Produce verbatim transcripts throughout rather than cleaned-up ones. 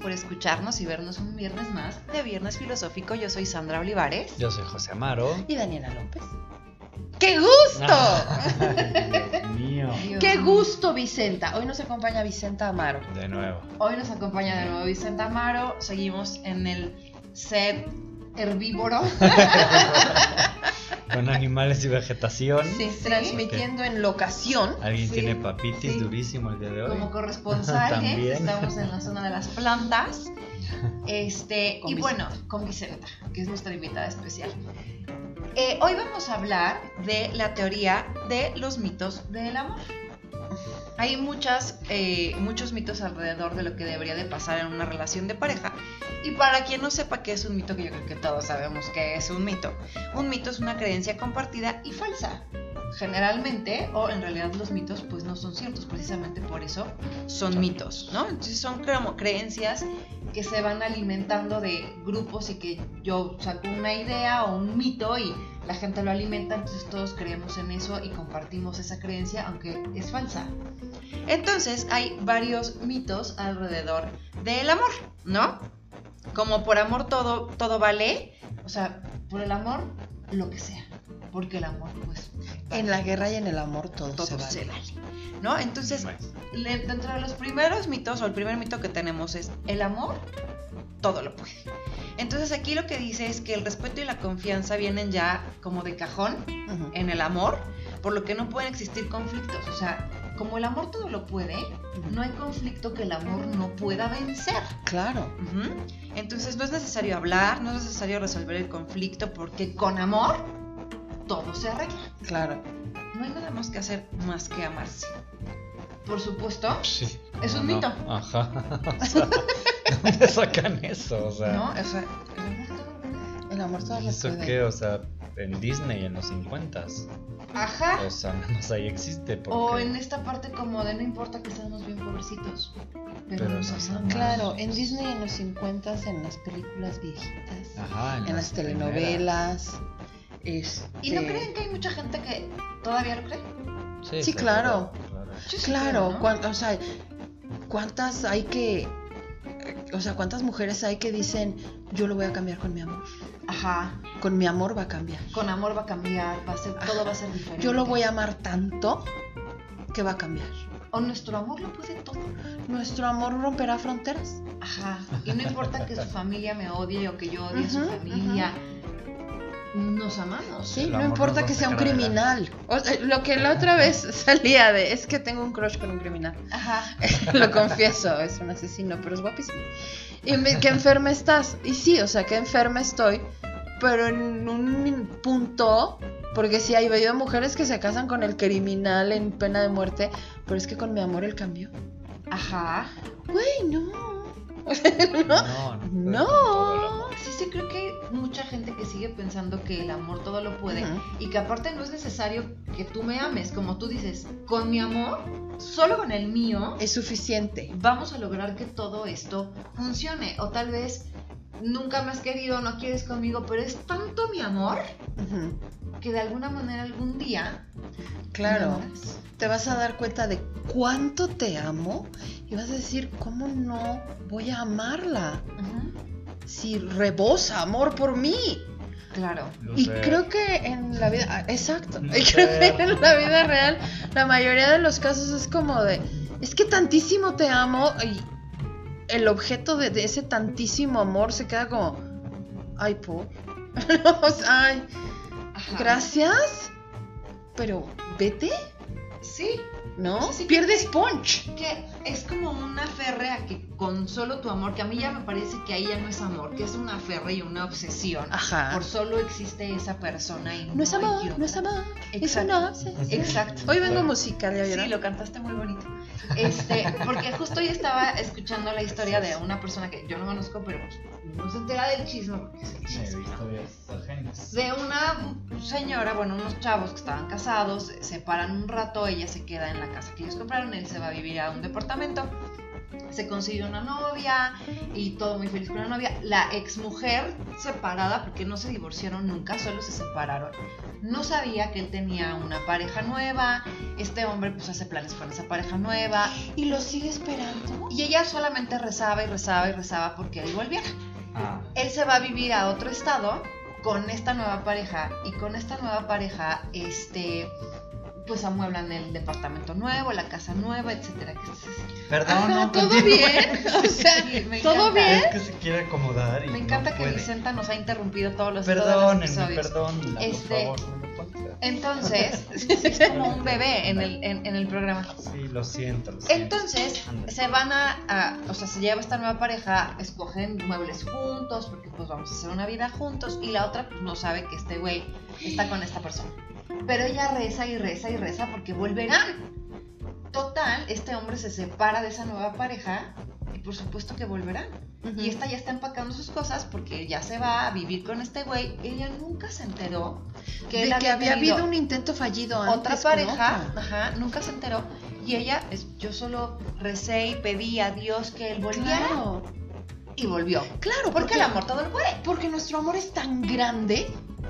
por escucharnos y vernos un viernes más de Viernes Filosófico. Yo soy Sandra Olivares. Yo soy José Amaro. Y Daniela López. ¡Qué gusto! Ay, Dios mío. ¡Qué gusto, Vicenta! Hoy nos acompaña Vicenta Amaro. De nuevo. Hoy nos acompaña de nuevo Vicenta Amaro. Seguimos en el set herbívoro. Con animales y vegetación. Sí, sí. Transmitiendo en locación. Alguien Sí, tiene papitis sí. durísimo el día de hoy. Como corresponsales. También. Estamos en la zona de las plantas. Este, Con y Vicenta. bueno, con Vicenta, que es nuestra invitada especial. Eh, hoy vamos a hablar de la teoría de los mitos del amor. Hay muchas, eh, muchos mitos alrededor de lo que debería de pasar en una relación de pareja. Y para quien no sepa qué es un mito, que yo creo que todos sabemos que es un mito. Un mito es una creencia compartida y falsa. Generalmente, o en realidad los mitos pues no son ciertos, precisamente por eso son mitos, ¿no? Entonces son como creencias que se van alimentando de grupos y que yo saco una idea o un mito y la gente lo alimenta, entonces todos creemos en eso y compartimos esa creencia, aunque es falsa. Entonces hay varios mitos alrededor del amor, ¿no? Como por amor todo, todo vale, o sea, por el amor lo que sea, porque el amor pues En la guerra y en el amor todo, todo se vale. se vale, ¿no? Entonces, le- dentro de los primeros mitos, o el primer mito que tenemos es el amor todo lo puede. Entonces aquí lo que dice es que el respeto y la confianza vienen ya como de cajón Ujú. en el amor, por lo que no pueden existir conflictos. O sea, como el amor todo lo puede, no hay conflicto que el amor no pueda vencer. Claro. Ujú. Entonces no es necesario hablar, no es necesario resolver el conflicto, porque con amor todo se arregla. Claro. No hay nada más que hacer más que amarse. Por supuesto, Sí. es un No, mito. Ajá. O sea, ¿de dónde sacan eso? O sea, ¿no? O sea, el amor todo lo puede. El amor todo ¿y lo eso puede. qué? O sea, en Disney en los cincuentas. Ajá. O sea, nada más ahí existe. Porque... O en esta parte como de no importa que seamos bien pobrecitos, pero, Pero nos nos amamos. Claro, en Disney en los cincuenta, en las películas viejitas, Ajá, en las telenovelas. Este... ¿Y no creen que hay mucha gente que todavía lo cree? Sí, Sí, seguro, claro. claro. Yo sí Claro, creo, ¿no? cuan- o sea, ¿cuántas hay que, o sea, cuántas mujeres hay que dicen, yo lo voy a cambiar con mi amor? Ajá. Con mi amor va a cambiar. Con amor va a cambiar, va a ser, todo Ajá. va a ser diferente. Yo lo voy a amar tanto que va a cambiar. O nuestro amor lo puede todo. Nuestro amor romperá fronteras. Ajá. Y no importa que su familia me odie o que yo odie a su Ujú, familia. Nos amamos. Sí, El no amor importa nos que va a sea un sacar criminal. O sea, lo que la otra vez salía de, es que tengo un crush con un criminal. Ajá. Lo confieso, es un asesino, pero es guapísimo. Y me, qué enferma estás. Y sí, o sea, qué enferma estoy, pero en un punto, porque sí hay veo mujeres que se casan con el criminal en pena de muerte, pero es que con mi amor él cambió. Ajá. Güey, no. No, ¿No? no. No. Todo el amor. Sí, sí, creo que hay mucha gente que sigue pensando que el amor todo lo puede. Ujú. Y que aparte no es necesario que tú me ames, como tú dices, con mi amor, solo con el mío, Es suficiente. vamos a lograr que todo esto funcione. O tal vez nunca me has querido, no quieres conmigo, pero es tanto mi amor Ujú. que de alguna manera algún día Claro. me amarás. Te vas a dar cuenta de cuánto te amo y vas a decir, ¿cómo no voy a amarla? Ujú. Si rebosa amor por mí. Claro. Y Lucer. creo que en la vida, ah, exacto, y Lucer. creo que en la vida real la mayoría de los casos es como de, es que tantísimo te amo y el objeto de, de ese tantísimo amor se queda como, ay, por, o sea, ay, Ajá. gracias, pero vete, Sí. ¿no? Sí, sí, Pierdes punch. Que es como una aferre a que con solo tu amor, que a mí ya me parece que ahí ya no es amor, que es una aferre y una obsesión. Ajá. Por solo existe esa persona y no, No es hay amor, otra. no es amor, es Exacto. una obsesión. Exacto. Hoy vengo musical, ¿ya vieron? Sí, lo cantaste muy bonito. Este, porque justo yo estaba escuchando la historia de una persona que yo no conozco, pero no se entera del chisme porque es el Sí, chisme. historias ajenas. De una señora, bueno, unos chavos que estaban casados, se separan un rato, ella se queda en la casa que ellos compraron, él se va a vivir a un departamento se consiguió una novia y todo muy feliz con la novia. La exmujer separada, porque no se divorciaron nunca, solo se separaron, no sabía que él tenía una pareja nueva. Este hombre pues hace planes con esa pareja nueva ¿Y lo sigue esperando? y ella solamente rezaba y rezaba y rezaba porque él volviera. Ah, Él se va a vivir a otro estado con esta nueva pareja y con esta nueva pareja este pues amueblan el departamento nuevo, la casa nueva, etcétera. perdón, Ajá, no, ¿todo continúa. bien? O sea, Sí, me ¿todo encanta. bien? Es que se quiere acomodar y Me encanta no que puede. Vicenta nos ha interrumpido todos los, todos los Perdónenme, episodios. perdónenla, Este, por favor, no me ponga. Entonces, es como un bebé en el, en, en el programa. Sí, lo siento, lo siento. Entonces, Ándale. se van a, a, o sea, se lleva esta nueva pareja, escogen muebles juntos, porque pues vamos a hacer una vida juntos, y la otra pues no sabe que este güey está con esta persona. Pero ella reza y reza y reza porque volverán. Total, este hombre se separa de esa nueva pareja y por supuesto que volverán. Ujú. Y esta ya está empacando sus cosas porque ya se va a vivir con este güey. Ella nunca se enteró que, él de que había tenido habido un intento fallido antes. otra con pareja, otra. ajá, nunca se enteró. Y ella, es, yo solo recé y pedí a Dios que él volviera Claro, y volvió. claro, Porque el amor todo lo puede. Porque nuestro amor es tan grande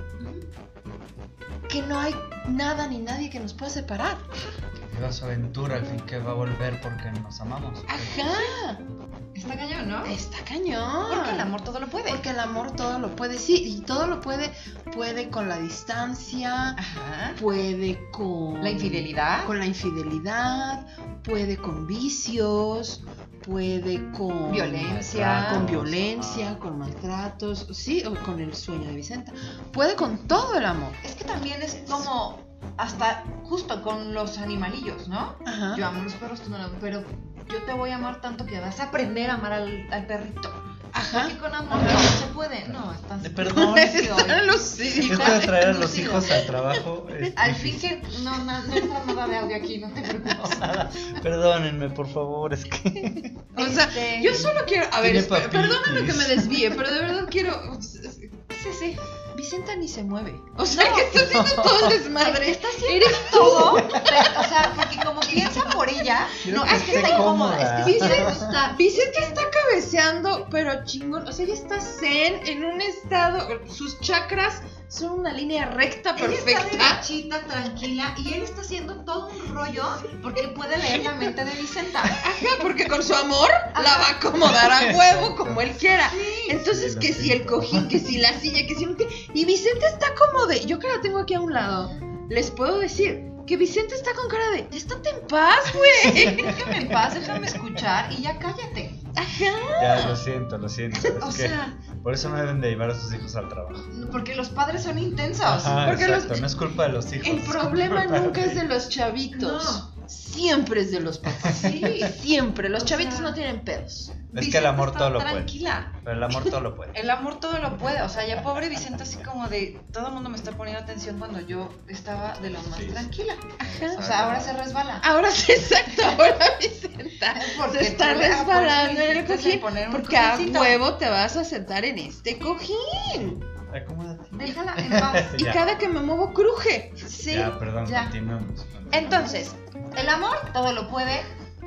que no hay nada ni nadie que nos pueda separar. Viva su aventura, al fin que va a volver porque nos amamos. Ajá, Está cañón, ¿no? está cañón. Porque el amor todo lo puede. Porque el amor todo lo puede, sí, y todo lo puede, puede con la distancia, Ajá. puede con La infidelidad. con la infidelidad, puede con vicios, puede con Violencia. con Ah. violencia, con maltratos, sí, o con el sueño de Vicenta, puede con todo el amor. Es que también es como hasta justo con los animalillos, ¿no? Ajá. Yo amo los perros, tú no lo amas, pero yo te voy a amar tanto que vas a aprender a amar al, al perrito. Ajá. Porque con amor no se puede. No, estás... De perdón. Están los Esto hijos. de traer a los Lucido. hijos al trabajo es Al fin difícil. que no, no, no entra nada de audio aquí, no te preocupes. Nada, perdónenme, por favor, es que O sea, Este, yo solo quiero, a ver, Tiene espera, papitis. perdóname que me desvíe, pero de verdad quiero. Sí, sí. Vicenta ni se mueve. O sea, No. que está haciendo todo el desmadre. Está haciendo todo, pero, o sea, porque como piensa por ella, Quiero no, que es que esté está incómoda. cómoda. Es que Vicenta, está, Vicenta está cabeceando, pero chingón. O sea, ella está zen, en un estado. Sus chakras son una línea recta ella está perfecta. derechita, tranquila, y él está haciendo todo un rollo porque puede leer la mente de Vicenta. Ajá, porque con su amor la va a acomodar a huevo como él quiera. Entonces, Sí, lo que si el siento. cojín, que si la silla, que si no. que- Y Vicenta está como de. Yo que la tengo aquí a un lado, les puedo decir que Vicenta está con cara de. Estate en paz, güey. Déjame en paz, déjame escuchar y ya cállate. Ajá. ya lo siento, lo siento. Es O que sea, por eso no deben de llevar a sus hijos al trabajo. porque los padres son intensos. Ajá, porque los- exacto, no es culpa de los hijos. El es problema culpa nunca es de ti. los chavitos. No. Siempre es de los papás. Sí. Siempre. Los O chavitos sea, no tienen pedos. Es que el amor Vicenta todo está lo puede. tranquila. Pero el amor todo lo puede. El amor todo lo puede, o sea, ya pobre Vicenta así como de todo el mundo me está poniendo atención cuando yo estaba de lo más Sí. tranquila. Ajá. O sea, ahora se resbala. Ahora sí, exacto. Ahora Vicenta Porque se está tú le- ah, resbalando por eso en el insistes en cojín. poner un Porque a cojincito. huevo te vas a sentar en este cojín. Acomódate. Déjala en paz. Y Ya. cada que me muevo cruje. Sí. Ya, perdón, ya. continuemos. Entonces, el amor todo lo puede.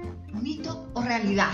¿Mito o realidad?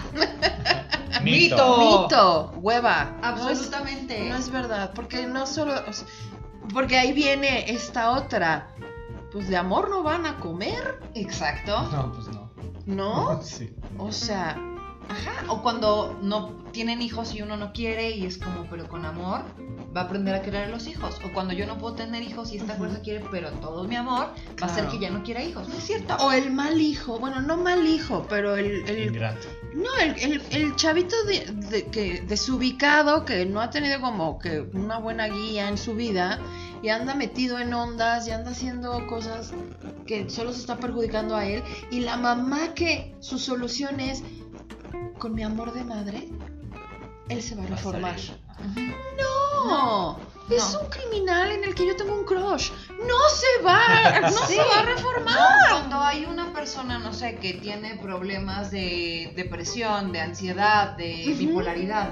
Mito. Mito, hueva. Absolutamente. No es, no es verdad, porque no solo, o sea, porque ahí viene esta otra. Pues de amor no van a comer, Exacto. No, pues no. ¿no? Sí. O sea, Ajá. O cuando no tienen hijos y uno no quiere y es como, pero con amor va a aprender a querer a los hijos. O cuando yo no puedo tener hijos y esta Ujú. fuerza quiere, pero todo mi amor va a hacer Claro. que ya no quiera hijos. ¿No es cierto? o el mal hijo, bueno, no mal hijo, pero el, el Ingrato. no, el, el, el chavito de, de- que desubicado que no ha tenido como que una buena guía en su vida y anda metido en ondas y anda haciendo cosas que solo se está perjudicando a él, y la mamá que su solución es con mi amor de madre él se va a Va a reformar. salir. Ujú. No, es no. un criminal en el que yo tengo un crush. No se va, no Sí. se va a reformar. No, cuando hay una persona, no sé, que tiene problemas de depresión, de ansiedad, de Ujú. bipolaridad, de-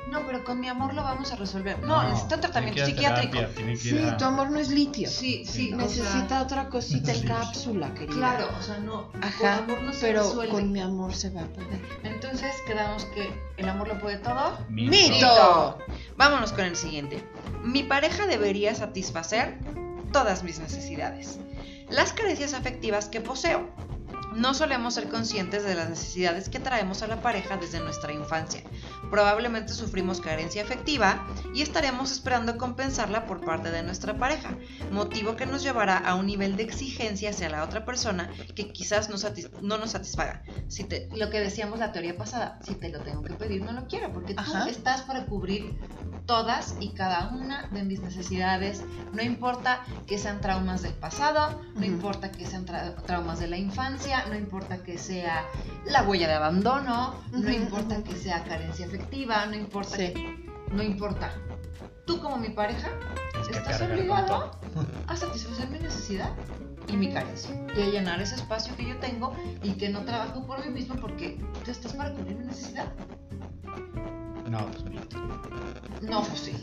no, pero con mi amor lo vamos a resolver. No, no necesita un tratamiento tiene que ir a psiquiátrico. terapia, tiene que Sí, ir a- tu amor no es litio. Sí, sí, o Necesita sea, otra cosita en Sí. cápsula, querida. claro, o sea, no, Ajá, con amor no se pero resuelve. con mi amor se va a poder. Entonces quedamos que el amor lo puede todo. Mito. ¡Mito! Vámonos con el siguiente. Mi pareja debería satisfacer todas mis necesidades. Las carencias afectivas que poseo. No solemos ser conscientes de las necesidades que traemos a la pareja desde nuestra infancia. Probablemente sufrimos carencia afectiva y estaremos esperando compensarla por parte de nuestra pareja, motivo que nos llevará a un nivel de exigencia hacia la otra persona que quizás no, satis- no nos satisfaga. Si te, lo que decíamos la teoría pasada, si te lo tengo que pedir, no lo quiero, porque tú Ajá. estás para cubrir todas y cada una de mis necesidades, no importa que sean traumas del pasado, no Ujú. importa que sean tra- traumas de la infancia, no importa que sea la huella de abandono, no Ujú, importa ujú. que sea carencia afectiva, no importa Sí. que, no importa. Tú como mi pareja Tienes que estás cargar con obligado todo. a satisfacer mi necesidad y mi carencia y a llenar ese espacio que yo tengo y que no trabajo por mí mismo porque tú estás para cubrir mi necesidad. No, pues mito. No, pues sí.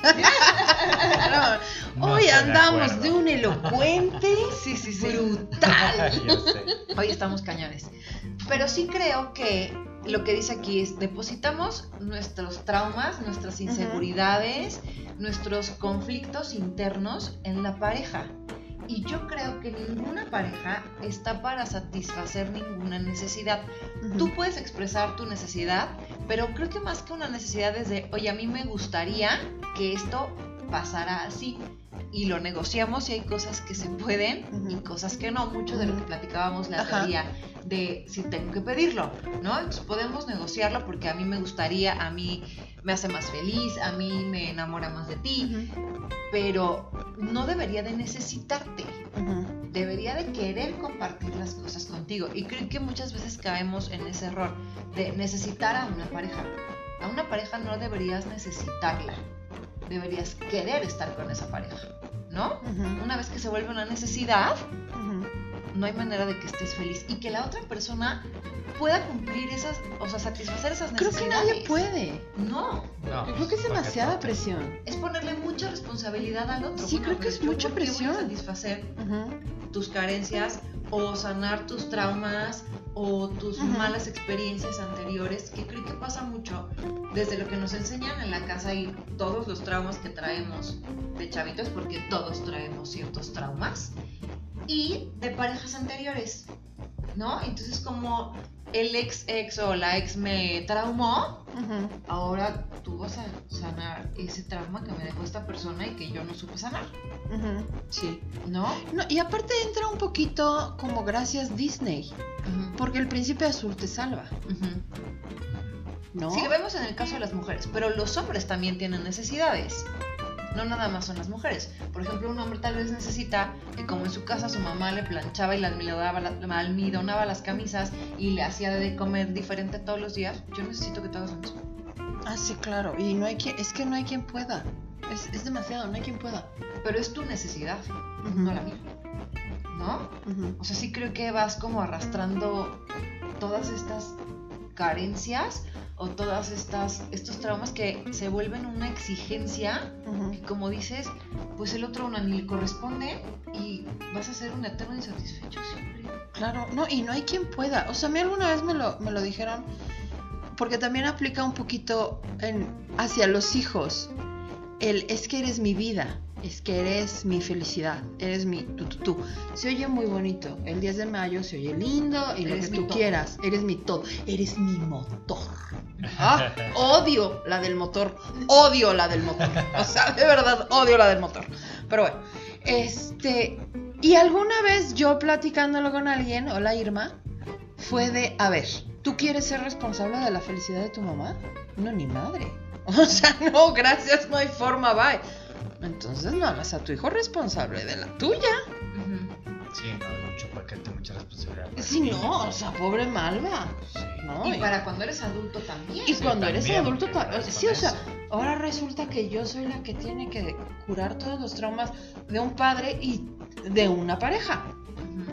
No, No hoy estoy de andamos acuerdo. de un elocuente Sí, sí, sí. brutal. Ya sé. Hoy estamos cañones. Pero sí creo que lo que dice aquí es, depositamos nuestros traumas, nuestras inseguridades, nuestros conflictos internos en la pareja. Y yo creo que ninguna pareja está para satisfacer ninguna necesidad. Tú puedes expresar tu necesidad, pero creo que más que una necesidad es de, oye, a mí me gustaría que esto pasara así. Y lo negociamos y hay cosas que se pueden Ujú. y cosas que no. Mucho de lo que platicábamos la Ajá. teoría de si tengo que pedirlo, ¿no? Entonces podemos negociarlo porque a mí me gustaría, a mí me hace más feliz, a mí me enamora más de ti, Ujú, pero no debería de necesitarte. ujú. Debería de querer compartir las cosas contigo. Y creo que muchas veces caemos en ese error de necesitar a una pareja. A una pareja no deberías necesitarla. Deberías querer estar con esa pareja, ¿no? Ujú. Una vez que se vuelve una necesidad, Ujú. no hay manera de que estés feliz. Y que la otra persona pueda cumplir esas, o sea, satisfacer esas Creo necesidades. que nadie puede. No. No, Yo creo que es porque demasiada toca. presión. Es ponerle mucha responsabilidad al otro. Sí, Bueno, creo que pero es yo, mucha ¿por qué voy a presión. satisfacer Ujú. tus carencias o sanar tus traumas o tus Ujú. malas experiencias anteriores, que creo que pasa mucho desde lo que nos enseñan en la casa y todos los traumas que traemos de chavitos, porque todos traemos ciertos traumas, y de parejas anteriores, ¿no? Entonces como el ex ex o la ex me traumó, Ujú. ahora tú vas a sanar ese trauma que me dejó esta persona y que yo no supe sanar, Ujú. Sí. ¿no? No, y aparte entra un poquito como gracias Disney, Ujú, porque el príncipe azul te salva, ujú. ¿no? Sí, lo vemos en el caso de las mujeres, pero los hombres también tienen necesidades. No nada más son las mujeres. Por ejemplo, un hombre tal vez necesita que como en su casa su mamá le planchaba y le almidonaba, la- almidonaba las camisas y le hacía de comer diferente todos los días, yo necesito que tú hagas lo mismo. Ah, sí, claro. Y no hay quien, es que no hay quien pueda. Es, es demasiado, no hay quien pueda. Pero es tu necesidad, Ujú. no la mía. ¿No? Ujú. O sea, sí creo que vas como arrastrando todas estas carencias o todas estas estos traumas que se vuelven una exigencia Ujú. que, como dices, pues el otro una ni le corresponde y vas a ser un eterno insatisfecho siempre. Claro, no, y no hay quien pueda. O sea, a mí alguna vez me lo, me lo dijeron, porque también aplica un poquito en, hacia los hijos. El es que eres mi vida, es que eres mi felicidad, eres mi tú, tú, tú. Se oye muy bonito. El diez de mayo se oye lindo y lo Eres que mi tú todo. quieras. Eres mi todo, eres mi motor. Ah, odio la del motor, odio la del motor. O sea, de verdad, odio la del motor. Pero bueno, este. Y alguna vez yo platicándolo con alguien, hola Irma, fue de, a ver, ¿tú quieres ser responsable de la felicidad de tu mamá? No, ni madre. O sea, no, gracias, no hay forma, bye. Entonces no hagas a tu hijo responsable de la tuya. Sí, no, es mucho paquete, mucha responsabilidad. Si no, o sea, pobre Malva. Sí. ¿no? Y para cuando eres adulto también. Y Sí, cuando eres también, adulto, porque ta- cargas sí, con o sea, eso. ahora resulta que yo soy la que tiene que curar todos los traumas de un padre y de una pareja. Ujú. Todo lo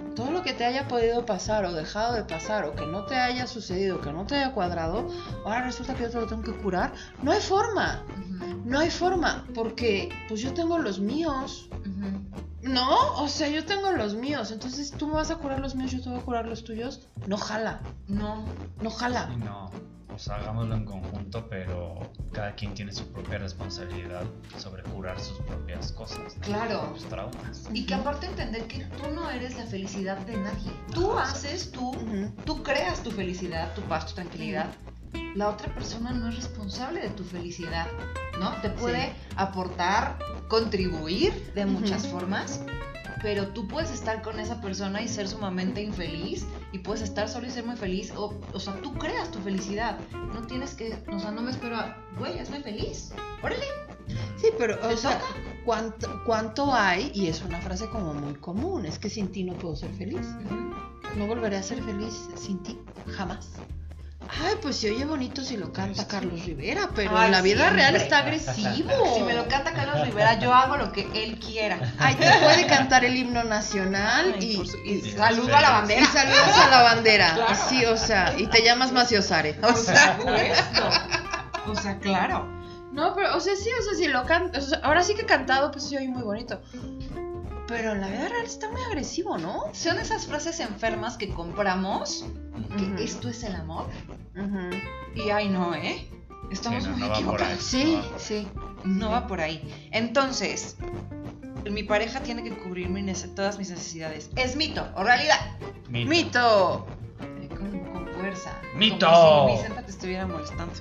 lo que te haya podido pasar o dejado de pasar o que no te haya sucedido, que no te haya cuadrado, ahora resulta que yo te lo tengo que curar. No hay forma, Ujú, no hay forma, porque pues yo tengo los míos, ujú. ¿no? O sea, yo tengo los míos, entonces tú me vas a curar los míos, yo te voy a curar los tuyos. No jala, No, no jala. Y no, o sea, hagámoslo en conjunto, pero cada quien tiene su propia responsabilidad sobre curar sus propias cosas, ¿no? Claro. Sus traumas. y que aparte entender que tú no eres la felicidad de nadie. Tú Ajá, haces, tú, Ujú. tú creas tu felicidad, tu paz, tu tranquilidad. La otra persona no es responsable de tu felicidad, ¿no? Te puede Sí. aportar, contribuir de muchas Ujú. formas, pero tú puedes estar con esa persona y ser sumamente infeliz, y puedes estar solo y ser muy feliz, o, o sea, tú creas tu felicidad. No tienes que, o sea, no me espero a, güey, hazme feliz. Órale. Sí, pero, o ¿Te sea, toca? ¿cuánto, ¿cuánto hay? Y es una frase como muy común, es que sin ti no puedo ser feliz. No volveré a ser feliz sin ti, jamás. Ay, pues se oye bonito si lo canta Carlos Rivera, pero Ay, en la vida siempre. real está agresivo. Si me lo canta Carlos Rivera, yo hago lo que él quiera. Ay, te puede cantar el himno nacional Ay, y, por su- y- y saludo a la y bandera. saludas a la bandera. Claro. Sí, o sea, y te llamas Maciosare. O Por sea, supuesto. O sea, claro. no, pero, o sea, sí, o sea, si lo canta, o sea, ahora sí que cantado, pues se oye muy bonito. Pero en la vida real está muy agresivo, ¿no? Son esas frases enfermas que compramos, que Ujú. esto es el amor. Ujú. Y ay, no, ¿eh? Estamos Sí, no, muy no va por equivocados. ahí. Sí, No. sí. No va por ahí. Entonces, mi pareja tiene que cubrir mi nece- todas mis necesidades. ¿Es mito o realidad? Mito. Mito. Eh, Con, con fuerza. ¡Mito! Como si Vicenta te estuviera molestando.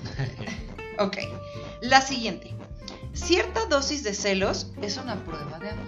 Ok. La siguiente. Cierta dosis de celos es una prueba de amor.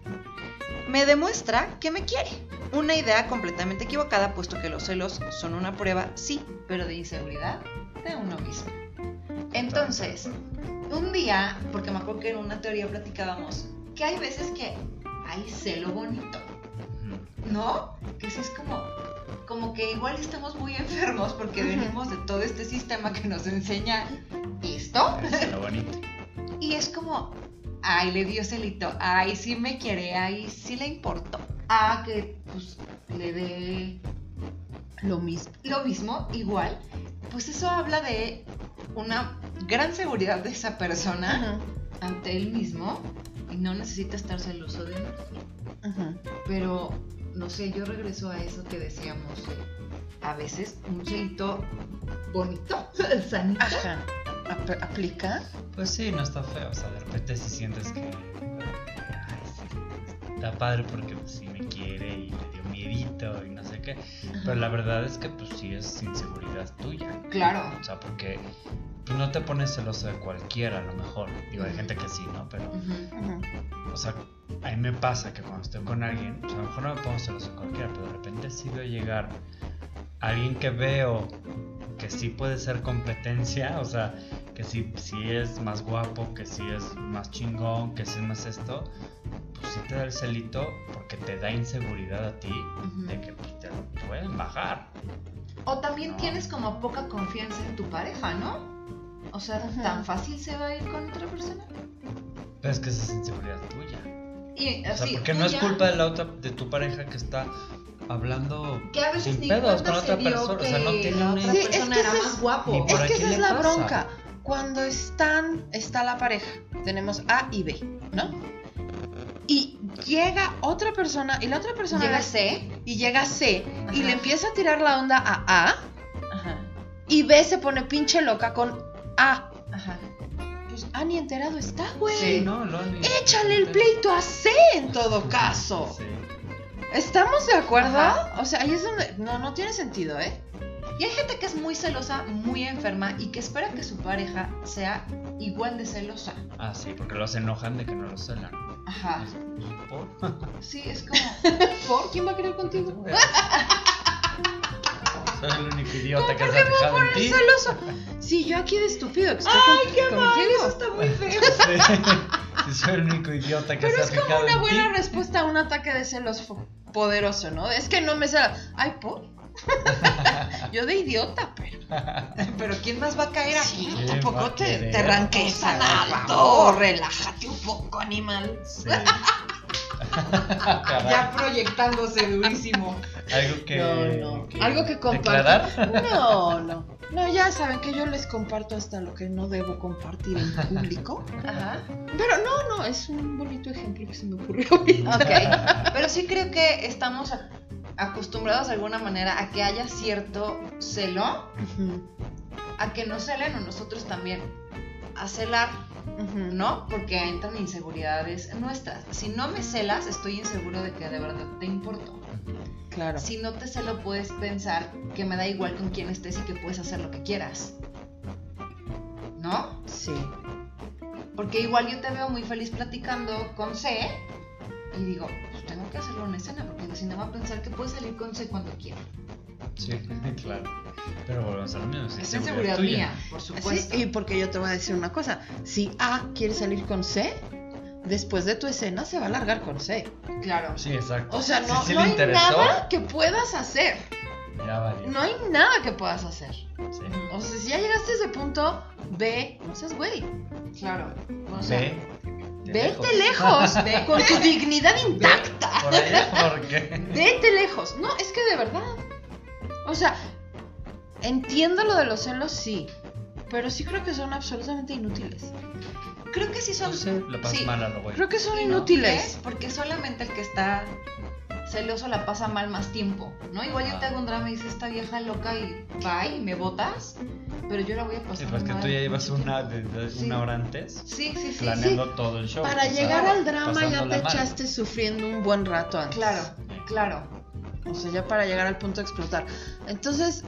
Me demuestra que me quiere. Una idea completamente equivocada, puesto que los celos son una prueba, sí, pero de inseguridad de uno mismo. Entonces, un día, porque me acuerdo que en una teoría platicábamos, que hay veces que hay celo bonito, Ujú. ¿no? Que sí es como, como que igual estamos muy enfermos porque Ujú. venimos de todo este sistema que nos enseña esto. Eso es lo bonito. Y es como, ay, le dio celito, ay, sí me quiere, ay, sí le importó. Ah, que pues le dé Lo mismo. lo mismo, igual. Pues eso habla de una gran seguridad de esa persona Ujú. ante él mismo y no necesita estar celoso de nadie. Ujú. Pero, no sé, yo regreso a eso que decíamos. eh, A veces un celito bonito, sanito. Ajá. Ap- ¿Aplica? Pues sí, no está feo. O sea, de repente si sientes que. Ay, sí, está padre porque pues, sí me quiere y le dio miedito y no sé qué. Pero la verdad es que, pues sí es inseguridad tuya. Claro. O sea, porque tú no te pones celoso de cualquiera, a lo mejor. Digo, hay Ujú. gente que sí, ¿no? Pero, Ujú. Ujú. o sea, a mí me pasa que cuando estoy con alguien, pues a lo mejor no me pongo celoso de cualquiera, pero de repente sí veo llegar alguien que veo que sí puede ser competencia, o sea, que sí, sí es más guapo, que sí es más chingón, que sí es más esto, pues sí te da el celito porque te da inseguridad a ti Ujú. de que pues, te lo pueden bajar. O también No. tienes como poca confianza en tu pareja, ¿no? O sea, Ajá. tan fácil se va a ir con otra persona. Pero es que esa es inseguridad tuya. Y O sea, así, porque tú no es ya- culpa de la otra, de tu pareja que está hablando que a veces sin ni pedos cuenta con se otra dio persona, o sea, que no tiene la una- otra Sí, es persona que era ese más es- guapo. ni por Es que aquí esa le es la pasa. bronca. Cuando están, está la pareja, tenemos A y B, ¿no? Y llega otra persona, y la otra persona Llega la- C. y llega C, y Ajá. le empieza a tirar la onda a A, Ajá, y B se pone pinche loca con A. ajá. Pues A ni enterado está, güey. Sí. no, lo han- Échale el pleito a C en todo caso. Sí. ¿Estamos de acuerdo? Ajá. O sea, ahí es donde... No, no tiene sentido, ¿eh? Y hay gente que es muy celosa, muy enferma y que espera que su pareja sea igual de celosa. Ah, sí, porque los enojan de que no los celan. Ajá. ¿Por? Sí, es como. ¿Por quién va a querer contigo? Soy el único idiota que se ha fijado en ti. celoso. Sí, yo aquí de estúpido que estoy ¡Ay, con- qué mal! contigo. Eso está muy feo. Sí, sí, soy el único idiota que Pero se ha es fijado como una en buena ti. respuesta a un ataque de celos fo- poderoso, ¿no? Es que no me cela. Ay, ¿por? Yo de idiota, pero... Pero ¿quién más va a caer aquí? Sí, ¿Quién va tampoco a te, querer? te ranques tan Por alto. favor. Relájate un poco, animal. Sí. Ya proyectándose durísimo. Algo que. No, no. que Algo que comparto. declarar. No, no. No, ya saben que yo les comparto hasta lo que no debo compartir en público. Ajá. Pero no, no, es un bonito ejemplo que se me ocurrió ahorita. Ok. Pero sí creo que estamos a- acostumbrados de alguna manera a que haya cierto celo, Ujú, a que nos celen o nosotros también a celar, ujú. ¿no? Porque entran inseguridades nuestras. Si no me celas, estoy inseguro de que de verdad te importo. Claro. Si no te celo, puedes pensar que me da igual con quién estés y que puedes hacer lo que quieras, ¿no? Sí. Porque igual yo te veo muy feliz platicando con C y digo, pues tengo que hacerlo una escena, porque si no va a pensar que puedes salir con C cuando quiera. Sí, claro. Pero volvemos a lo mismo. Es inseguridad mía, por supuesto. Sí, y porque yo te voy a decir una cosa. Si A quiere salir con C, después de tu escena se va a largar con C. Claro. Sí, exacto. O sea, no, Si sí no le hay interesó, nada que puedas hacer. ya vale. No hay nada que puedas hacer. Sí. O sea, si ya llegaste a ese punto, ve, no seas güey. Claro. O sea, Ve. de Vete lejos, Ve. con tu dignidad intacta. Por allá, porque. Vete lejos. No, es que de verdad. O sea, entiendo lo de los celos, sí. Pero sí creo que son absolutamente inútiles. creo que sí son. O sea, Lo pasas sí. mal a lo güey. Creo que son ¿Y no? inútiles. ¿Ves? Porque solamente el que está celoso la pasa mal más tiempo, ¿no? Igual yo te hago un drama y dices, esta vieja loca y va y me botas, pero yo la voy a pasar Sí, pues que mal tú ya ibas mucho una, tiempo. de- de- Sí. una hora antes Sí, sí, sí. planeando todo el show. Para o sea, llegar al drama ya pasándola te mal. echaste sufriendo un buen rato antes. Claro, claro. O sea, ya para llegar al punto de explotar. Entonces,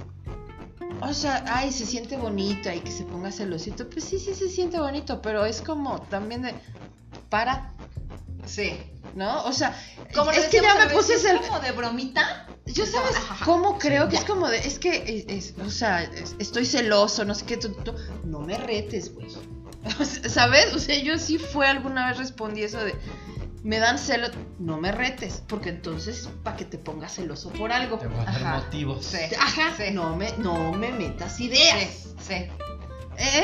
o sea, ay, se siente bonita y que se ponga celosito. Pues sí, sí se siente bonito, pero es como también de, para, Sí. ¿no? O sea, Como es que ya me puse el el... como de bromita. Yo Es como, sabes ajá, cómo creo sí, que ya. es como de, es que, es, es- o sea, es- estoy celoso, no sé qué, tú, tú- no me retes, güey. O sea, ¿sabes? O sea, yo sí fue alguna vez respondí eso de, me dan celos, no me retes, porque entonces, para que te pongas celoso por algo. Te voy a dar Ajá. motivos. Sí. Ajá, Sí. no me, no me metas ideas. Sí, sí. ¿Eh?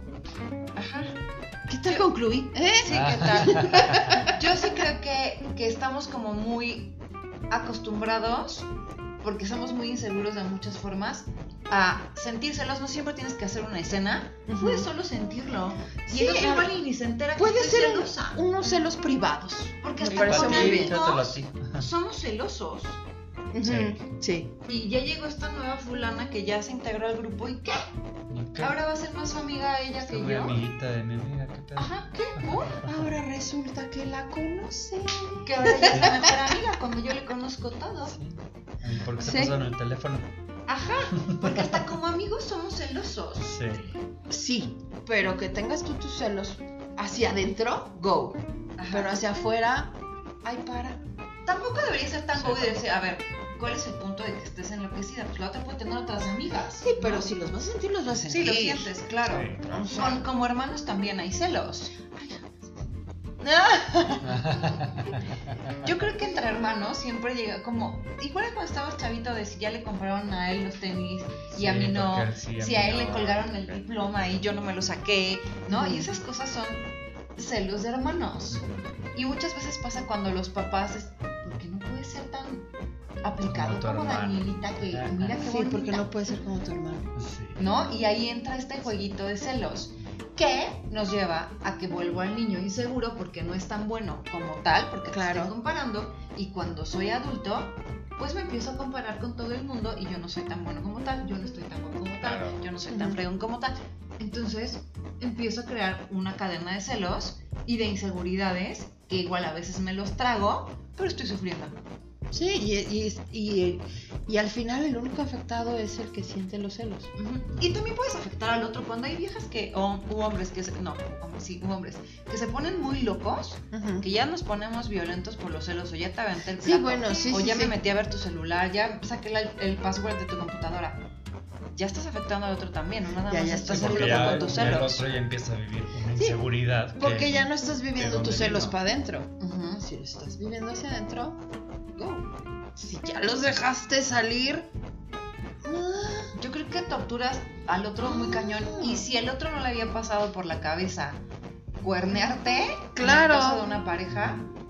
Ajá. ¿Qué tal concluí? ¿Eh? Sí, Ah. ¿qué tal? Yo sí creo que, que estamos como muy acostumbrados, porque somos muy inseguros de muchas formas, a sentir celos. No siempre tienes que hacer una escena, Ujú. puedes solo sentirlo. Y Sí, el otro a- igual y ni se entera que Puede estoy ser celosa. unos celos privados. Porque Me hasta parece con muy bien. Fíjatelo amigos así. somos celosos. Ujú, Sí. sí. Y ya llegó esta nueva fulana que ya se integró al grupo. ¿Y qué? ¿Y qué? Ahora va a ser más su amiga ella Esta que muy yo. amiguita de mi amiga, ¿qué pedo? Ajá, ¿qué? ¿Por? Ahora resulta que la conoce. Que ahora ya es mi mejor amiga cuando yo le conozco todo. Sí. ¿Y por qué te Sí. pasaron el teléfono? Ajá, porque hasta como amigos somos celosos. Sí. Sí, pero que tengas tú tus celos hacia adentro, go. Ajá. Pero hacia afuera, ay, para. Tampoco debería ser tan Sí, go y tampoco. decir, a ver, ¿cuál es el punto de que estés enloquecida? Pues la otra puede tener otras amigas. Sí, pero ¿no? si los vas a sentir, los vas a Sí, sentir. lo sientes, claro. Sí, claro. O sea, Con- como hermanos también hay celos. Yo creo que entre hermanos siempre llega como, igual que cuando estabas chavito de si ya le compraron a él los tenis y Sí, a mí no, porque él sí, a si mí a él no, le colgaron el ok. diploma y yo no me lo saqué, ¿no? Ujú. Y esas cosas son celos de hermanos. Y muchas veces pasa cuando los papás, es, ¿por qué no puede ser tan aplicado Como tu como, hermano. Danielita que Ajá. mira qué sí, bonita? porque no puede ser como tu hermano. Sí. ¿No? Y ahí entra este jueguito de celos que nos lleva a que vuelvo al niño inseguro porque no es tan bueno como tal, porque Claro. te estoy comparando y cuando soy adulto, pues me empiezo a comparar con todo el mundo y yo no soy tan bueno como tal, yo no estoy tan bueno como tal, Claro. yo no soy tan Ujú. fregón como tal. Entonces empiezo a crear una cadena de celos y de inseguridades que igual a veces me los trago, pero estoy sufriendo. Sí, y, y, y, y al final el único afectado es el que siente los celos. Ujú. Y también puedes afectar al otro cuando hay viejas que, o u hombres que, se, no, hombres, sí, u hombres, que se ponen muy locos, Ujú. que ya nos ponemos violentos por los celos, o ya te aventé el Sí, plato, bueno, sí, o sí, ya sí. me metí a ver tu celular, ya saqué la- el password de tu computadora. Ya estás afectando al otro también, no nada Ya, más ya estás estoy el Porque loco ya, con tus ya el celos. otro ya empieza a vivir una Sí, inseguridad. que- Porque ya no estás ¿de viviendo dónde tus celos vino? para adentro. Ujú. Si lo estás viviendo hacia adentro, go. Si ya los dejaste salir, ah, Yo creo que torturas al otro muy cañón, y si el otro no le había pasado por la cabeza cuernearte, Claro. en el caso de una pareja, pues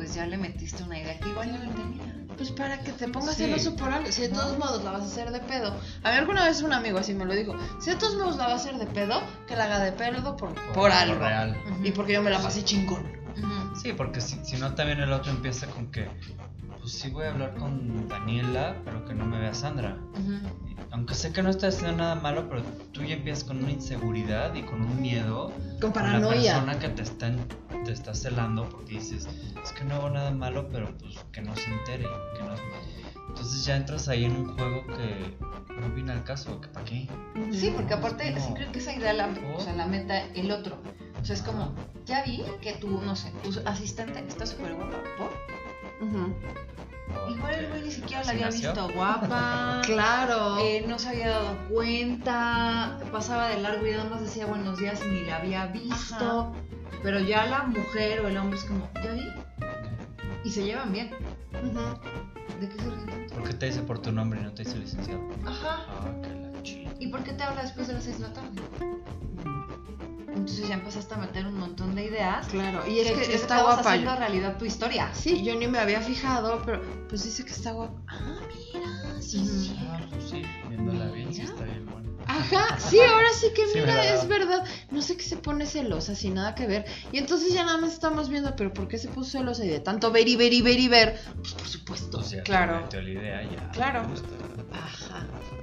pues ya le metiste una idea que igual no la tenía. Pues para que te pongas Sí. celoso por algo. Si de todos modos la vas a hacer de pedo. A mí alguna vez un amigo así me lo dijo. Si de todos modos la va a hacer de pedo, que la haga de pedo por, por, Por algo. real. Ujú. Y porque yo me la pasé chingón. Ujú. Sí, porque si, si no también el otro empieza con que, pues sí voy a hablar con Daniela, pero que no me vea Sandra. Ujú. Y aunque sé que no estoy haciendo nada malo, pero tú ya empiezas con una inseguridad y con un miedo. Con Con la paranoia. persona que te está, te está celando porque dices, es que no hago nada malo, pero pues que no se entere. Que no... Entonces ya entras ahí en un juego que no viene al caso, que para qué. Sí, porque aparte No. sí creo que esa idea la, o sea, la meta el otro. O sea, es como, ya vi que tú, no sé, tu asistente está súper guapa. ¿Por? Ujú. Igual el güey ni siquiera la ¿Así había nació? visto guapa. Claro. Eh, no se había dado cuenta, pasaba de largo y nada más decía buenos días y ni la había visto. Pero ya la mujer o el hombre es como, ya vi, y se llevan bien. Ujú. ¿De qué se ríen? ¿Por qué te dice por tu nombre y no te dice licenciado? Ajá. Ah, que la chingada. ¿Y por qué te habla después de las seis de la tarde? Entonces ya empezaste a meter un montón de ideas. Claro. Y es que que está estabas guapa. haciendo realidad tu historia. Sí, yo ni me había fijado, pero pues dice que está guapa. Ah, mira, sí, Ujú. sí. Ah, pues sí, viéndola bien, sí Mira. está bien bueno. Ajá, sí, ahora sí que Sí, me mira, la daba. es verdad. No sé qué se pone celosa, sin nada que ver. Y entonces ya nada más estamos viendo, pero ¿por qué se puso celosa? Y de tanto ver y ver y ver y ver, pues por supuesto. O sea, Claro. te metió la idea ya. Claro. me gusta. Ajá.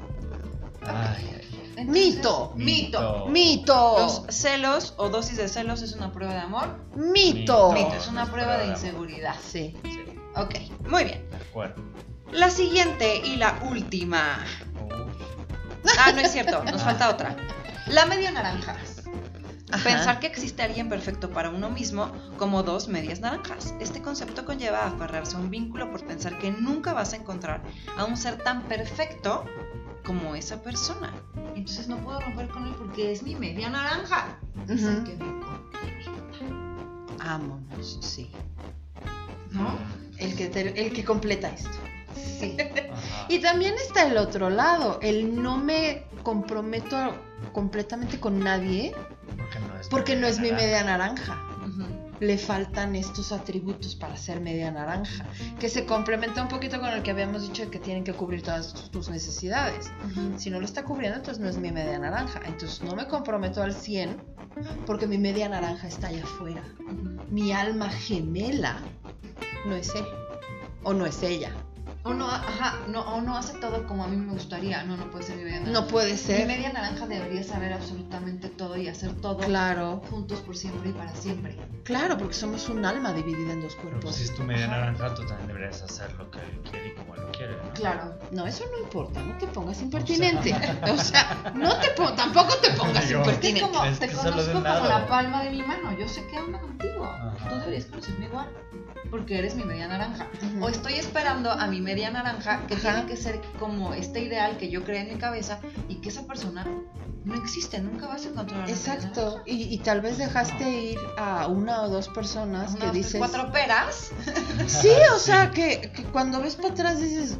Ay, ay. Entonces, Mito. Mito. Mito. Los celos o dosis de celos es una prueba de amor. Mito. Mito. Mito, es una es prueba de prueba de amor. inseguridad. Sí. Sí, Ok, muy bien. de acuerdo. La siguiente y la última. Uy, Ah, no es cierto, nos falta otra. La media naranja. Ajá. Pensar que existe alguien perfecto para uno mismo como dos medias naranjas. Este concepto conlleva a aferrarse a un vínculo por pensar que nunca vas a encontrar a un ser tan perfecto como esa persona. Entonces no puedo romper con él porque es mi media naranja. Es el Ujú. que me complementa, Vámonos, sí. ¿no? El que, te- el que completa esto. Sí. ajá. Y también está el otro lado, el no me comprometo completamente con nadie Porque no es, porque no es mi naranja. media naranja. Ujú. Le faltan estos atributos para ser media naranja, que se complementa un poquito con el que habíamos dicho de que tienen que cubrir todas tus- tus necesidades. Ujú. Si no lo está cubriendo, entonces no es mi media naranja. Entonces no me comprometo al cien porque mi media naranja está allá afuera. Ujú. Mi alma gemela no es él o no es ella. O no, ajá, no, o no hace todo como a mí me gustaría. No, no puede ser mi media naranja. No puede Mi ser. media naranja debería saber absolutamente todo y hacer todo Claro, juntos por siempre y para siempre. claro, porque somos un alma dividida en dos Pero pues cuerpos. si es tu media Ajá. naranja, tú también deberías hacer lo que él quiere y como él quiere, ¿no? Claro. No, eso no importa, no te pongas impertinente. O sea, no te pon- tampoco te pongas Digo, Es impertinente. como, Es te que solo de conozco un como lado. la palma de mi mano. Yo sé qué onda contigo. Ajá. Tú deberías conocerme igual. Porque eres mi media naranja. Ujú. O estoy esperando a mi media naranja que Ajá. tiene que ser como este ideal que yo creé en mi cabeza y que esa persona no existe. Nunca vas a encontrar a la media Exacto, naranja. y, y tal vez dejaste ir a una o dos personas Una, que dos, tres, dices... cuatro peras. Sí, o sea, que, que cuando ves para atrás dices...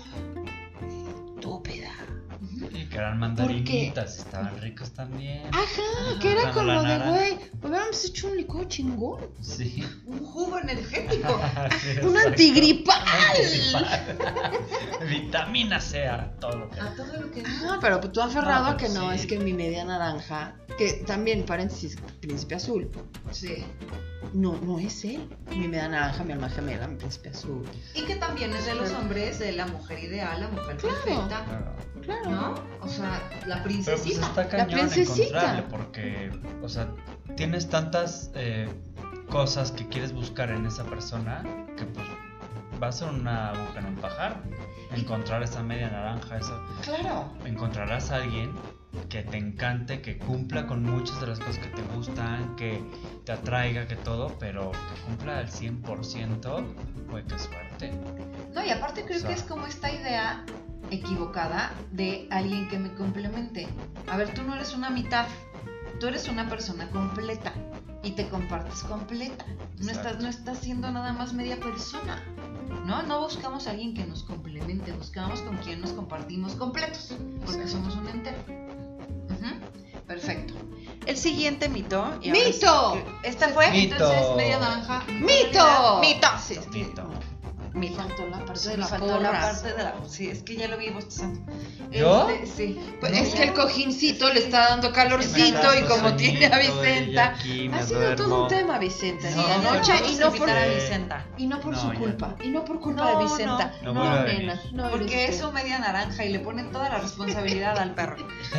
Estúpida. Y que eran mandarinitas, estaban ricos también. Ajá, que era Cuando la como de, naranja- güey, hubiéramos hecho un licuado chingón. Sí. Un jugo energético. Sí, Un exacto. antigripal. Antigripal. Vitamina C a todo lo que. A todo lo que no. Ah, pero tú aferrado No, a que pero no, sí. es que mi media naranja, que también, paréntesis, príncipe azul, Sí. no, no es él. Mi media naranja, mi alma gemela, mi príncipe azul. Y que también es de los hombres de la mujer ideal, la mujer Claro. perfecta. Claro. Claro. ¿No? O sea, la Pero pues princesita. está cañón princesita. encontrarle porque, o sea, tienes tantas eh, cosas que quieres buscar en esa persona que pues va a ser una aguja en un pajar. Encontrar esa media naranja, eso. Claro. Encontrarás a alguien que te encante, que cumpla con muchas de las cosas que te gustan, que te atraiga, que todo, pero que cumpla al cien por ciento, pues qué suerte. No, y aparte creo O sea. que es como esta idea equivocada de alguien que me complemente. A ver, tú no eres una mitad, tú eres una persona completa y te compartes completa. No estás, Exacto. no estás siendo nada más media persona. No, no buscamos a alguien que nos complemente, buscamos con quien nos compartimos completos, porque Exacto. somos un entero. Ujú. Perfecto. El siguiente mito. y ahora ¡Mito! sí, esta fue. Mito. Entonces, media naranja. ¡Mito! Mito. Sí, Mito. Me faltó la parte Sí, de me la faltó la porra. parte de la. Sí, es que ya lo vi bostezando. ¿Yo? Este, sí. Pues No. es que el cojincito le está dando Me calorcito da y como sueñito tiene a y Vicenta, aquí me ha sido duermo. todo un tema, Vicenta, Sí, No, esta no, noche vamos y a no por invitar a Sí. Vicenta. y no por No, su ya culpa, y no por culpa No, de Vicenta. No No, vuelve a venir. nena, no Porque eres es tú. su media naranja y le ponen toda la responsabilidad al perro.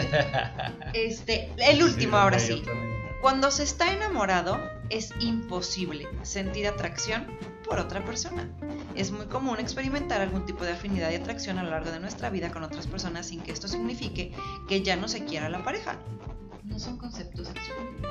Este, el último ahora yo sí. también. Cuando se está enamorado, es imposible sentir atracción por otra persona. Es muy común experimentar algún tipo de afinidad y atracción a lo largo de nuestra vida con otras personas sin que esto signifique que ya no se quiera la pareja. No son conceptos excluyentes.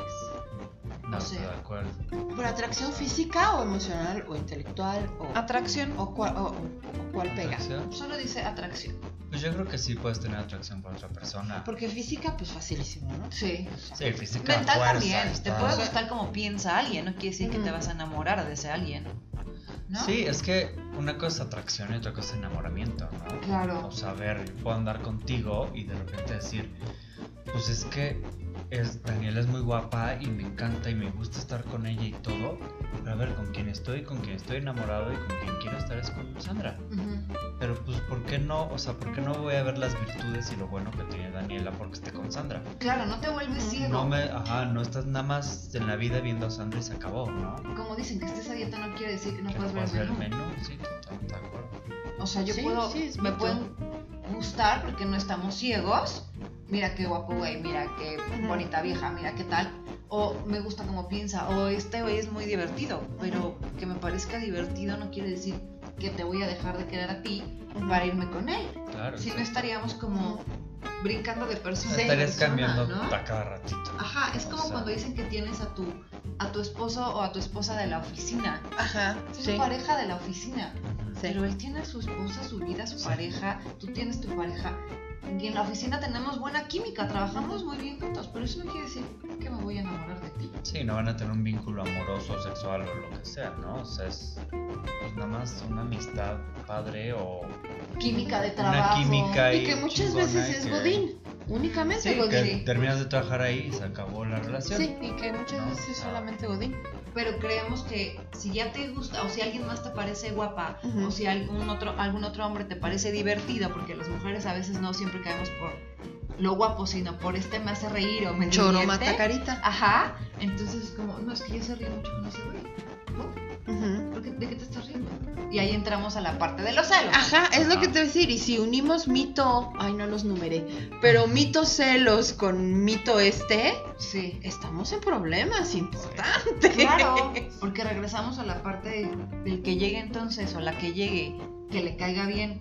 No, O sea, estoy de acuerdo. ¿Por atracción física o emocional o intelectual o, Atracción. o, cuál, o, o cuál pega? ¿Atracción? Solo dice atracción. Pues yo creo que sí puedes tener atracción por otra persona. Porque física, pues facilísimo, ¿no? Sí. Sí, física. Mental fuerza, también. Te está- puede gustar como piensa alguien. No quiere decir que te Ujú. vas a enamorar de ese alguien. ¿No? Sí, es que una cosa es atracción y otra cosa es enamoramiento, ¿no? Claro. O sea, a ver, yo puedo andar contigo y de repente decir, pues es que es, Daniela es muy guapa y me encanta y me gusta estar con ella y todo, pero a ver, con quien estoy, con quien estoy enamorado y con quien quiero estar es con Sandra. Ujú. Pero pues, ¿por qué no? O sea, ¿por qué no voy a ver las virtudes y lo bueno que tiene Daniela porque esté con Sandra? Claro, no te vuelves ciego. No me, ajá, no estás nada más en la vida viendo a Sandra y se acabó, ¿no? Como dicen que estés a dieta no quiere decir que no Que puedas ver el el menú. menú, sí, totalmente de acuerdo. O sea, yo Sí, puedo, sí, es me mito. pueden gustar porque no estamos ciegos. Mira qué guapo güey, mira qué Ujú. bonita vieja, mira qué tal. O me gusta como piensa, o este güey es muy divertido. Pero que me parezca divertido no quiere decir que te voy a dejar de querer a ti Ujú. para irme con él. Claro. Si no exacto. estaríamos como brincando de persona. en Estarías persona, cambiando ¿no? a cada ratito. Ajá, es O como sea. cuando dicen que tienes a tu a tu esposo o a tu esposa de la oficina. Ajá, Es sí. pareja de la oficina. Ujú. Sí. Pero él tiene a su esposa, su vida, su Sí. pareja, tú tienes tu pareja. Y en la oficina tenemos buena química, trabajamos muy bien juntos, pero eso no quiere decir que me voy a enamorar de ti. Sí, no van a tener un vínculo amoroso, sexual o lo que sea, ¿no? O sea, es pues nada más una amistad padre o Química de una trabajo. química Y que muchas chingona veces y es que- godín, únicamente Sí, godín. que Sí. terminas de trabajar ahí y se acabó la relación. Sí, y que muchas No, veces es o sea, solamente godín. Pero creemos que si ya te gusta, o si alguien más te parece guapa, Ujú. o si algún otro, algún otro hombre te parece divertido, porque las mujeres a veces no siempre caemos por lo guapo, sino por este me hace reír o me Choro divierte. mata carita. Ajá, entonces es como, no, es que yo se ríe mucho con ese güey. ¿No? Ujú. ¿Por qué- ¿De qué te estás riendo? Y ahí entramos a la parte de los celos. Ajá, es lo que Ajá. te voy a decir. Y si unimos mito, ay, no los numeré, pero mito celos con mito este, Sí. estamos en problemas importantes. Claro, porque regresamos a la parte de- del que llegue entonces, o la que llegue, que le caiga bien,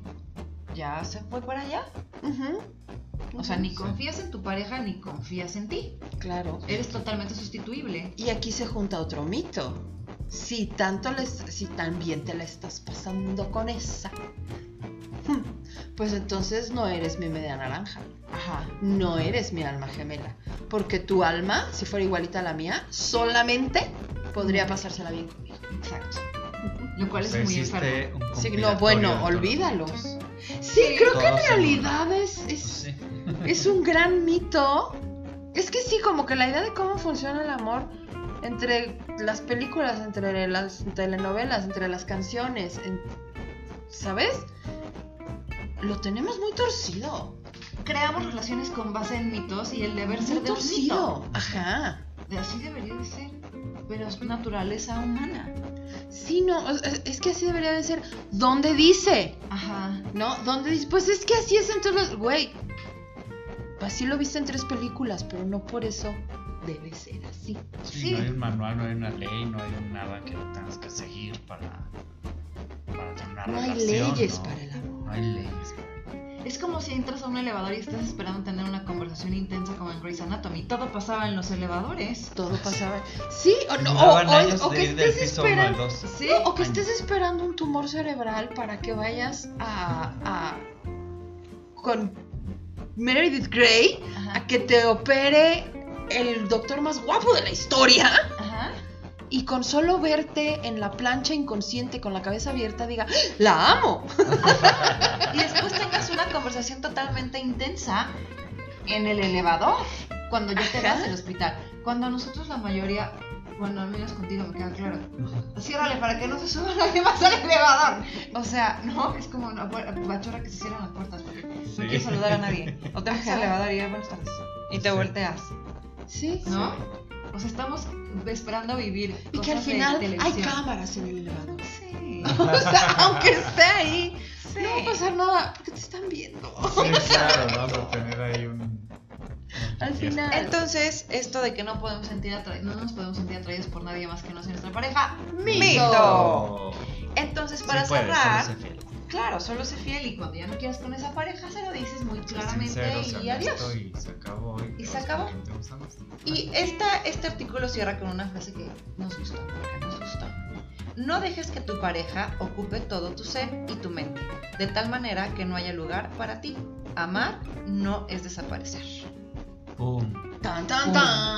ya se fue para allá. Ujú. O sea, ni Sí. confías en tu pareja ni confías en ti. Claro. Eres totalmente sustituible. Y aquí se junta otro mito. Si tanto les, si tan bien te la estás pasando con esa, hmm, pues entonces no eres mi media naranja. Ajá. No eres mi alma gemela. Porque tu alma, si fuera igualita a la mía, solamente podría pasársela bien conmigo. Exacto. Lo cual O es sea, muy existe enfermo. un Sí, no, compilatorio bueno, de todos los olvídalo. mitos. Sí, creo que en Todos son realidad es, es, Sí. es un gran mito. Es que sí, como que la idea de cómo funciona el amor entre las películas, entre las telenovelas, entre las canciones, en- ¿sabes? Lo tenemos muy torcido. Creamos relaciones con base en mitos y el deber Muy ser de un torcido. mito. Ajá. De así debería de ser. Pero es naturaleza humana. Sí, no, es, es que así debería de ser. ¿Dónde dice? Ajá. ¿No? ¿Dónde dice? Pues es que así es en todos los... Güey, así lo viste en tres películas, pero no por eso debe ser así. Sí, Sí. no hay un manual, no hay una ley, no hay un nada que tengas que seguir para, para tener una No hay relación, leyes ¿no? para el amor. No hay leyes. Es como si entras a un elevador y estás esperando tener una conversación intensa como en Grey's Anatomy. Todo pasaba en los elevadores. Todo pasaba. Sí, o no, o, Duraban o- años o de que ir del estés piso uno al esperando. dos. Sí. No, o que Años. estés esperando un tumor cerebral para que vayas a, a con Meredith Grey Ajá. a que te opere el doctor más guapo de la historia Ajá. y con solo verte en la plancha inconsciente con la cabeza abierta diga, la amo. Y después tengas una conversación totalmente intensa en el elevador. cuando ya te vas al hospital. Cuando nosotros la mayoría, bueno, al menos contigo me queda claro, ciérrale para que no se suba nadie más al elevador. O sea, no, es como una bachorra que se cierran las puertas porque sí. no quieres saludar a nadie. O te vas al elevador y ya, buenas tardes. Y te sí. volteas. Sí. ¿No? Sí. O sea, estamos esperando vivir. Y que al final hay televisión. cámaras en el elevador. Sí. O sea, aunque esté ahí, Sí. no va a pasar nada porque te están viendo. Sí, claro, vamos a tener ahí un... Al final. Entonces, esto de que no podemos sentir atra- no nos podemos sentir atraídos por nadie más que no sea nuestra pareja, ¡Mito! ¡mito! Entonces, para sí puedes, cerrar, solo sé fiel. claro, solo sé fiel y cuando ya no quieras con esa pareja, se lo dices muy Sé claramente sincero, sé y honesto adiós. Y se acabó. Y, Y se te vas acabó. con quien te gusta más. Y esta, este artículo cierra con una frase que nos gustó, porque nos gustó. No dejes que tu pareja ocupe todo tu ser y tu mente, de tal manera que no haya lugar para ti. Amar no es desaparecer. Pum. Tan, tan,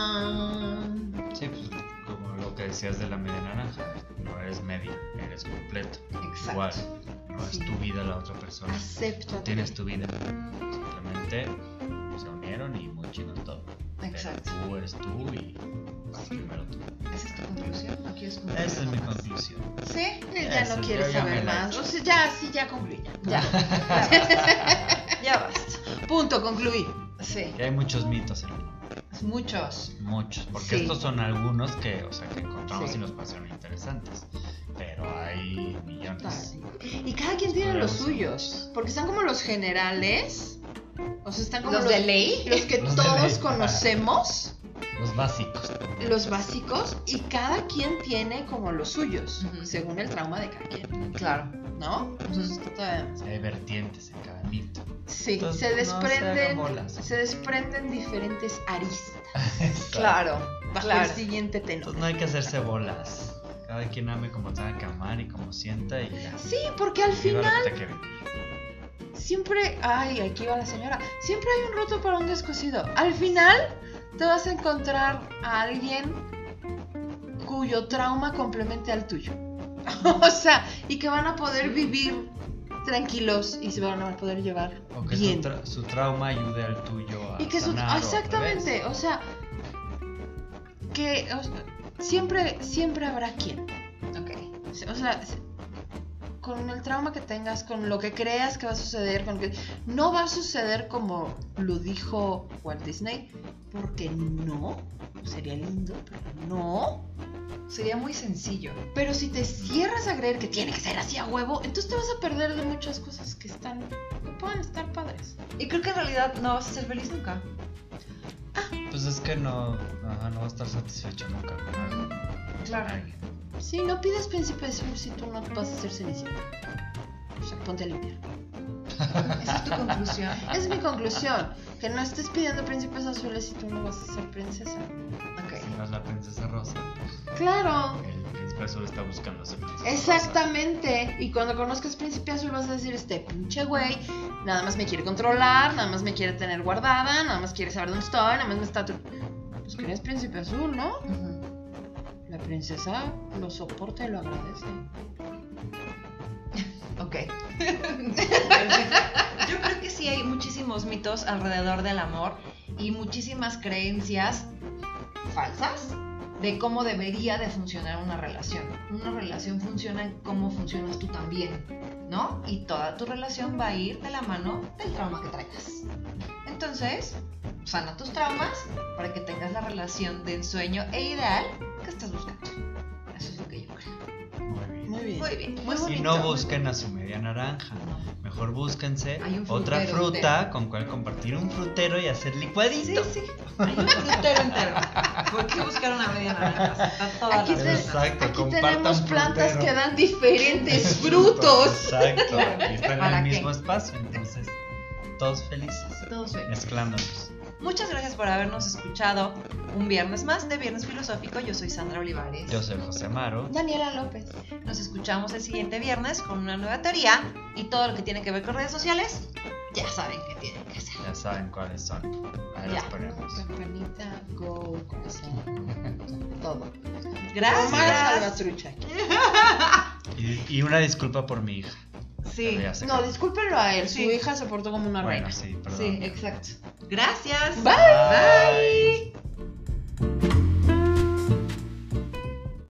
tan. Sí, pues como lo que decías de la media naranja, no eres media, eres completo. Exacto. Igual, no Sí. es tu vida la otra persona. Acepto. Tú tienes tu vida. Simplemente se unieron y muy chingón todo. Exacto. Pero tú eres tú y vas primero tú. ¿Esa es tu conclusión? ¿O quieres concluir? Esa es mi conclusión. ¿Sí? Él ya Eso, no quiere yo ya saber me la he más. hecho. O sea, ya, sí, ya concluí. Ya. Ya basta. Ya basta. Punto, concluí. Sí. Y hay muchos mitos en el mundo. Muchos. Muchos. Porque Sí. estos son algunos que, o sea, que encontramos Sí. y nos parecieron interesantes. Pero hay millones. Y cada quien tiene los Podríamos- suyos. Porque están como los generales. O sea, están como ¿Los de ley? los que Los de todos ley. conocemos. Los básicos. Los básicos. Y cada quien tiene como los suyos. Ujú. Según el trauma de cada quien. Claro. ¿No? O sea, eso está todavía más. Hay vertientes en cada mito. Sí, Entonces, se no se hagan desprenden, bolas. se desprenden diferentes aristas Claro. bajo Claro. el siguiente tenor. Entonces no hay que hacerse bolas. Cada quien ame como tenga que amar y como sienta y ya. Sí, porque al Viva lo final que te quiere vivir. siempre, ay, aquí va la señora, siempre hay un roto para un descosido. Al final te vas a encontrar a alguien cuyo trauma complemente al tuyo. O sea, y que van a poder vivir tranquilos y se van a poder llevar O que su, bien. tra- su trauma ayude al tuyo a Y que su, sanar, ah, o al exactamente, revés. o sea, que o sea, siempre, siempre habrá quien. Ok. O sea, con el trauma que tengas, con lo que creas que va a suceder, con que no va a suceder como lo dijo Walt Disney, porque no, sería lindo, pero no. Sería muy sencillo. Pero si te cierras a creer que tiene que ser así a huevo, entonces te vas a perder de muchas cosas que están, que pueden estar padres. Y creo que en realidad no vas a ser feliz nunca. Pues es que no, ajá, no va a estar satisfecho nunca con algo. Claro. Alguien. Sí, no pidas príncipe azul si tú no vas a ser cenicienta. O sea, ponte a limpiar. Esa es tu conclusión. Esa es mi conclusión. Que no estés pidiendo príncipes azules si tú no vas a ser princesa. Ok. Si no es la princesa rosa, Claro. el príncipe azul está buscando ser princesa Exactamente. Y cuando conozcas príncipe azul vas a decir, este pinche güey nada más me quiere controlar, nada más me quiere tener guardada, nada más quiere saber dónde estoy, nada más me está... Pues que eres príncipe azul, ¿no? Ujú. La princesa lo soporta y lo agradece. Ok. Yo creo que sí hay muchísimos mitos alrededor del amor y muchísimas creencias falsas de cómo debería de funcionar una relación. Una relación funciona en cómo funcionas tú también, ¿no? Y toda tu relación va a ir de la mano del trauma que traigas. Entonces, sana tus traumas para que tengas la relación de ensueño e ideal que estás buscando. Eso es lo que yo creo. Muy bien. Muy bien. Muy bien, muy Muy Y bonito. no busquen a su media naranja. No. Mejor búsquense Hay un otra frutero fruta entero. con cual compartir un frutero y hacer Sí, licuadito. sí. Hay un frutero entero. ¿Por qué buscar una media naranja? Está toda Aquí, la te- fruta. Exacto, aquí compartan tenemos plantas frutero. que dan diferentes frutos. Exacto. Y están en ¿Para el qué? mismo espacio, entonces todos felices, Todos felices. mezclándonos. Muchas gracias por habernos escuchado un viernes más de Viernes Filosófico. Yo soy Sandra Olivares. Yo soy José Amaro. Daniela López. Nos escuchamos el siguiente viernes con una nueva teoría y todo lo que tiene que ver con redes sociales. Ya saben qué tienen que hacer. Ya saben cuáles son. Ahí Ya. las ponemos. Campanita, go, corazón. Todo. Gracias. Omar Salvatrucha. Y, y una disculpa por mi hija. Sí, Pero ya sé No, que- discúlpenlo a él. Su Sí. hija se portó como una Bueno, reina. sí, perdón. sí, exacto. Gracias. Bye. Bye.